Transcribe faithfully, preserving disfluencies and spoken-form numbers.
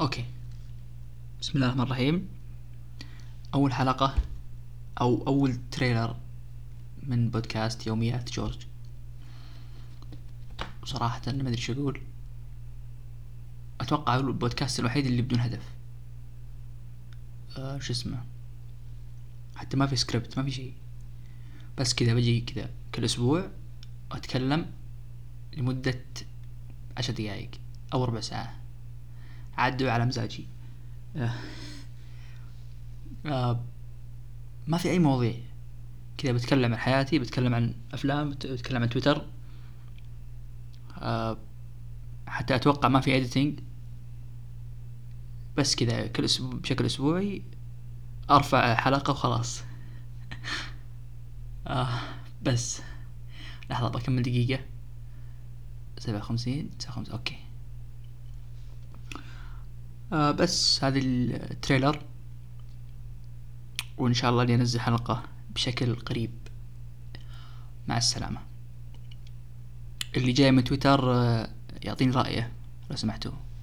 اوكي. بسم الله الرحمن الرحيم. اول حلقة او اول تريلر من بودكاست يوميات جورج. صراحة انا ما ادري شو اقول. اتوقع اقول البودكاست الوحيد اللي بدون هدف. أه شو اسمه، حتى ما في سكريبت، ما في شيء، بس كذا بجي كذا كل اسبوع اتكلم لمدة عشر دقائق او ربع ساعة، عدوا على مزاجي. أه أه ما في اي مواضيع، كذا بتكلم عن حياتي، بتكلم عن افلام، بتكلم عن تويتر. أه حتى اتوقع ما في اديتنج، بس كذا كل اسبوع بشكل اسبوعي ارفع حلقة وخلاص. آه بس لحظة بكمل دقيقة. سبعة وخمسين تسعة وخمسين اوكي. آه بس هذه التريلر، وان شاء الله اني انزل حلقة بشكل قريب. مع السلامة. اللي جاي من تويتر آه يعطيني رأيه لو سمحتوا.